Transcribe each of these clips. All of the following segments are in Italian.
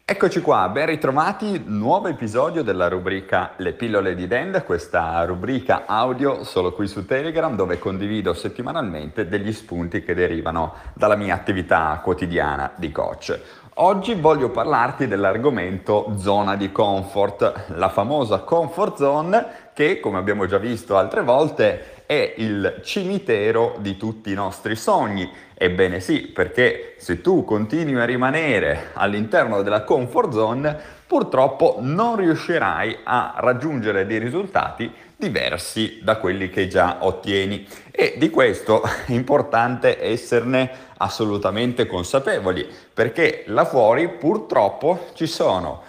Eccoci qua, ben ritrovati, nuovo episodio della rubrica Le pillole di Dan, questa rubrica audio solo qui su Telegram dove condivido settimanalmente degli spunti che derivano dalla mia attività quotidiana di coach. Oggi voglio parlarti dell'argomento zona di comfort, la famosa comfort zone che, come abbiamo già visto altre volte, è il cimitero di tutti i nostri sogni. Ebbene sì, perché se tu continui a rimanere all'interno della comfort zone, purtroppo non riuscirai a raggiungere dei risultati diversi da quelli che già ottieni. E di questo è importante esserne assolutamente consapevoli, perché là fuori purtroppo ci sono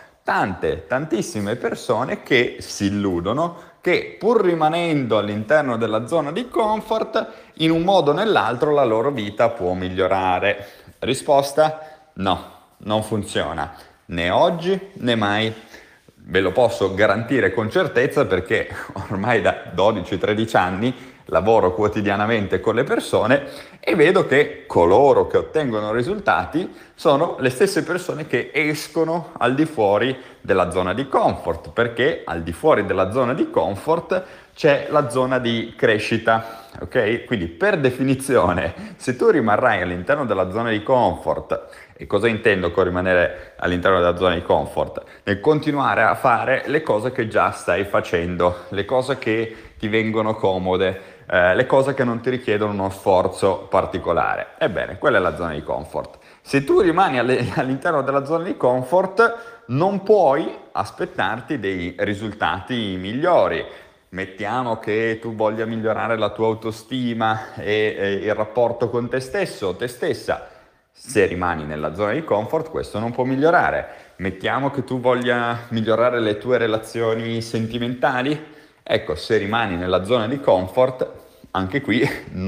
tantissime persone che si illudono che pur rimanendo all'interno della zona di comfort, in un modo o nell'altro la loro vita può migliorare. Risposta? No, non funziona, né oggi né mai. Ve lo posso garantire con certezza perché ormai da 12-13 anni lavoro quotidianamente con le persone e vedo che coloro che ottengono risultati sono le stesse persone che escono al di fuori della zona di comfort, perché al di fuori della zona di comfort c'è la zona di crescita, ok? Quindi per definizione, se tu rimarrai all'interno della zona di comfort, e cosa intendo con rimanere all'interno della zona di comfort? Nel continuare a fare le cose che già stai facendo, le cose che ti vengono comode, le cose che non ti richiedono uno sforzo particolare. Ebbene, quella è la zona di comfort. Se tu rimani all'interno della zona di comfort, non puoi aspettarti dei risultati migliori. Mettiamo che tu voglia migliorare la tua autostima e il rapporto con te stesso o te stessa. Se rimani nella zona di comfort, questo non può migliorare. Mettiamo che tu voglia migliorare le tue relazioni sentimentali. Ecco, se rimani nella zona di comfort, anche qui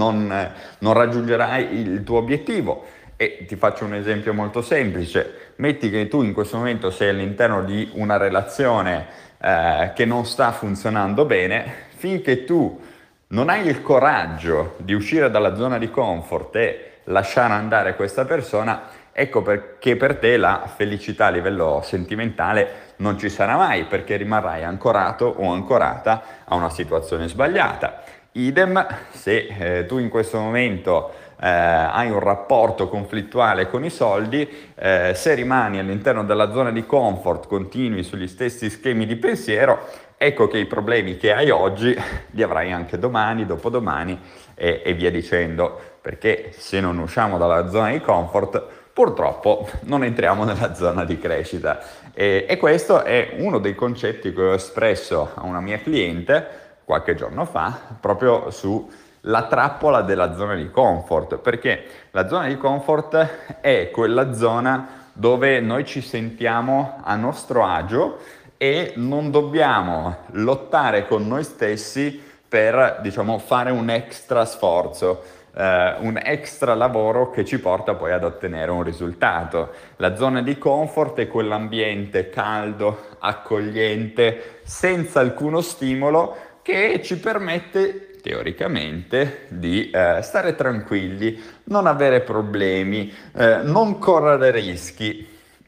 non raggiungerai il tuo obiettivo. E ti faccio un esempio molto semplice. Metti che tu in questo momento sei all'interno di una relazione che non sta funzionando bene, finché tu non hai il coraggio di uscire dalla zona di comfort e lasciare andare questa persona, ecco perché per te la felicità a livello sentimentale non ci sarà mai, perché rimarrai ancorato o ancorata a una situazione sbagliata. Idem se tu in questo momento hai un rapporto conflittuale con i soldi, se rimani all'interno della zona di comfort, continui sugli stessi schemi di pensiero, ecco che i problemi che hai oggi li avrai anche domani, dopodomani e via dicendo, perché se non usciamo dalla zona di comfort, purtroppo non entriamo nella zona di crescita. E questo è uno dei concetti che ho espresso a una mia cliente qualche giorno fa, proprio sulla trappola della zona di comfort, perché la zona di comfort è quella zona dove noi ci sentiamo a nostro agio e non dobbiamo lottare con noi stessi per, diciamo, fare un extra sforzo, un extra lavoro che ci porta poi ad ottenere un risultato. La zona di comfort è quell'ambiente caldo, accogliente, senza alcuno stimolo che ci permette teoricamente di stare tranquilli, non avere problemi, non correre rischi.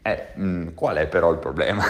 Qual è però il problema?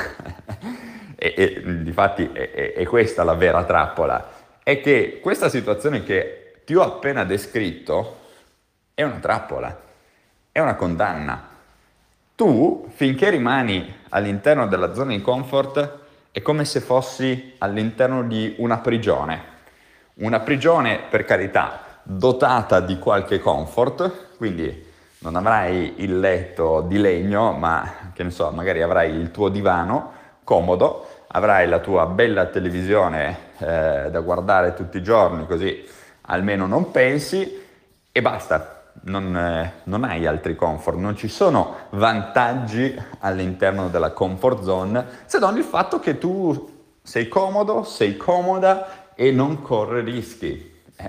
Difatti è questa la vera trappola, è che questa situazione che ti ho appena descritto è una trappola, è una condanna. Tu, finché rimani all'interno della zona di comfort, è come se fossi all'interno di una prigione. Una prigione, per carità, dotata di qualche comfort, quindi non avrai il letto di legno, ma che ne so, magari avrai il tuo divano comodo, avrai la tua bella televisione da guardare tutti i giorni, così almeno non pensi e basta. Non hai altri comfort, non ci sono vantaggi all'interno della comfort zone, se non il fatto che tu sei comodo, sei comoda e non corri rischi.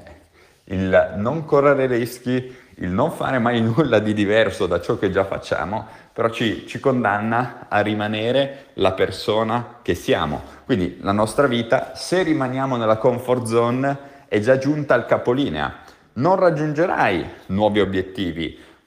Il non correre rischi, il non fare mai nulla di diverso da ciò che già facciamo, però ci condanna a rimanere la persona che siamo. Quindi la nostra vita, se rimaniamo nella comfort zone, è già giunta al capolinea. Non raggiungerai nuovi obiettivi,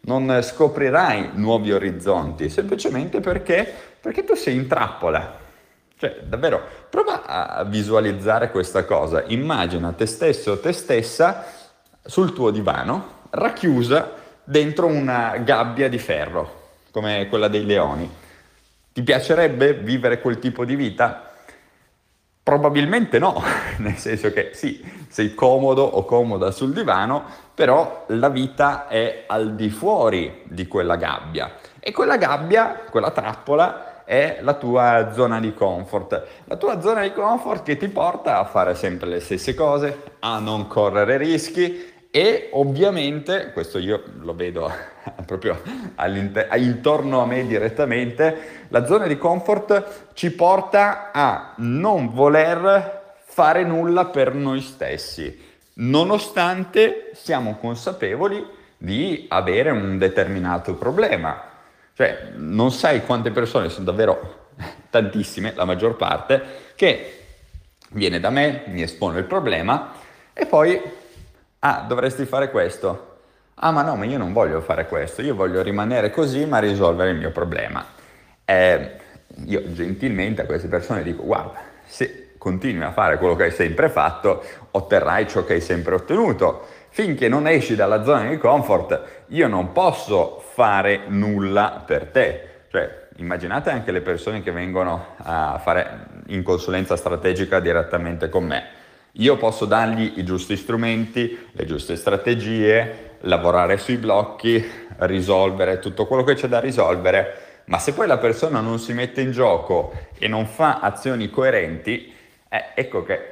non scoprirai nuovi orizzonti, semplicemente perché tu sei in trappola. Cioè, davvero, prova a visualizzare questa cosa. Immagina te stesso o te stessa sul tuo divano, racchiusa dentro una gabbia di ferro, come quella dei leoni. Ti piacerebbe vivere quel tipo di vita? Probabilmente no, nel senso che sì, sei comodo o comoda sul divano, però la vita è al di fuori di quella gabbia. E quella gabbia, quella trappola, è la tua zona di comfort. La tua zona di comfort che ti porta a fare sempre le stesse cose, a non correre rischi e ovviamente, questo io lo vedo proprio intorno a me direttamente, la zona di comfort ci porta a non voler fare nulla per noi stessi, nonostante siamo consapevoli di avere un determinato problema. Cioè, non sai quante persone, sono davvero tantissime, la maggior parte, che viene da me, mi espone il problema e poi, dovresti fare questo. Ma no, ma io non voglio fare questo, io voglio rimanere così ma risolvere il mio problema. Io gentilmente a queste persone dico, guarda, se continui a fare quello che hai sempre fatto, otterrai ciò che hai sempre ottenuto. Finché non esci dalla zona di comfort, io non posso fare nulla per te. Cioè, immaginate anche le persone che vengono a fare in consulenza strategica direttamente con me. Io posso dargli i giusti strumenti, le giuste strategie, lavorare sui blocchi, risolvere tutto quello che c'è da risolvere, ma se poi la persona non si mette in gioco e non fa azioni coerenti, ecco che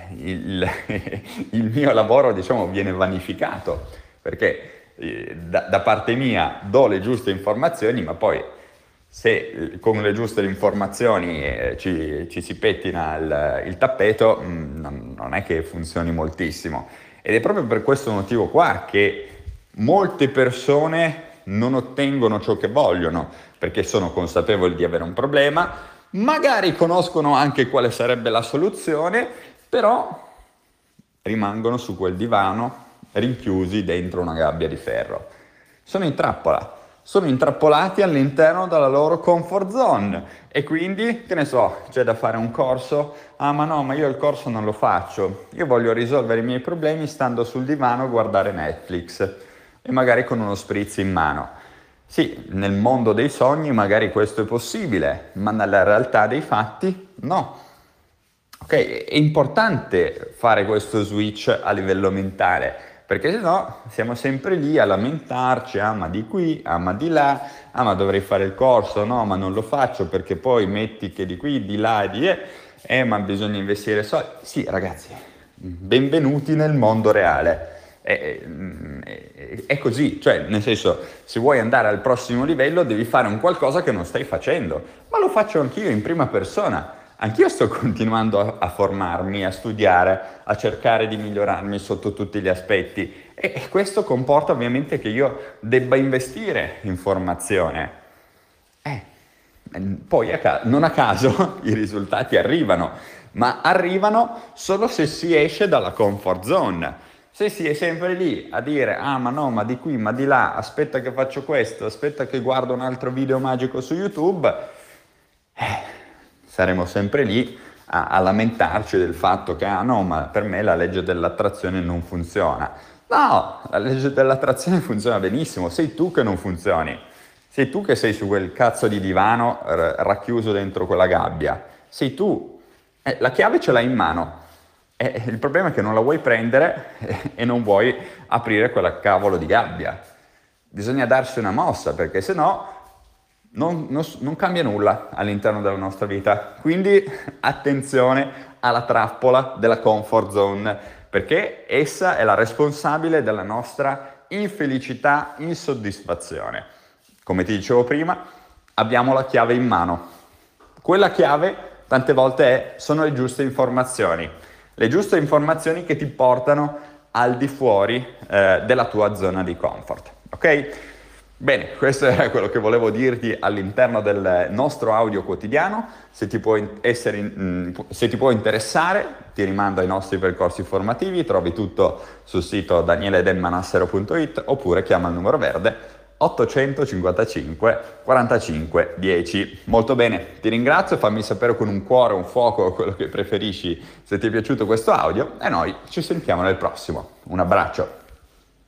il mio lavoro, diciamo, viene vanificato, perché da parte mia do le giuste informazioni, ma poi se con le giuste informazioni ci si pettina il tappeto, non è che funzioni moltissimo. Ed è proprio per questo motivo qua che molte persone non ottengono ciò che vogliono, perché sono consapevoli di avere un problema, magari conoscono anche quale sarebbe la soluzione, però rimangono su quel divano rinchiusi dentro una gabbia di ferro. Sono in trappola. Sono intrappolati all'interno della loro comfort zone e quindi, che ne so, c'è da fare un corso? Ma no, ma io il corso non lo faccio, io voglio risolvere i miei problemi stando sul divano a guardare Netflix e magari con uno spritz in mano. Sì, nel mondo dei sogni magari questo è possibile, ma nella realtà dei fatti no. Ok, è importante fare questo switch a livello mentale, perché sennò siamo sempre lì a lamentarci, ma di qui, ma di là, ma dovrei fare il corso, no, ma non lo faccio perché poi metti che di qui, di là e di ma bisogna investire soldi. Sì, ragazzi, benvenuti nel mondo reale. È così, cioè nel senso, se vuoi andare al prossimo livello devi fare un qualcosa che non stai facendo, ma lo faccio anch'io in prima persona. Anch'io sto continuando a formarmi, a studiare, a cercare di migliorarmi sotto tutti gli aspetti e questo comporta ovviamente che io debba investire in formazione. Poi non a caso i risultati arrivano, ma arrivano solo se si esce dalla comfort zone. Se si è sempre lì a dire ma no, ma di qui, ma di là, aspetta che faccio questo, aspetta che guardo un altro video magico su YouTube, saremo sempre lì a lamentarci del fatto che no, ma per me la legge dell'attrazione non funziona. No, la legge dell'attrazione funziona benissimo, sei tu che non funzioni. Sei tu che sei su quel cazzo di divano racchiuso dentro quella gabbia. Sei tu. La chiave ce l'hai in mano. Il problema è che non la vuoi prendere e non vuoi aprire quella cavolo di gabbia. Bisogna darsi una mossa, perché sennò non cambia nulla all'interno della nostra vita. Quindi attenzione alla trappola della comfort zone, perché essa è la responsabile della nostra infelicità, insoddisfazione. Come ti dicevo prima, abbiamo la chiave in mano. Quella chiave tante volte sono le giuste informazioni. Le giuste informazioni che ti portano al di fuori della tua zona di comfort. Ok? Bene, questo era quello che volevo dirti all'interno del nostro audio quotidiano. Se ti può interessare, ti rimando ai nostri percorsi formativi, trovi tutto sul sito danieledemmanassero.it oppure chiama il numero verde 855 45 10. Molto bene, ti ringrazio, fammi sapere con un cuore, un fuoco, quello che preferisci, se ti è piaciuto questo audio e noi ci sentiamo nel prossimo. Un abbraccio.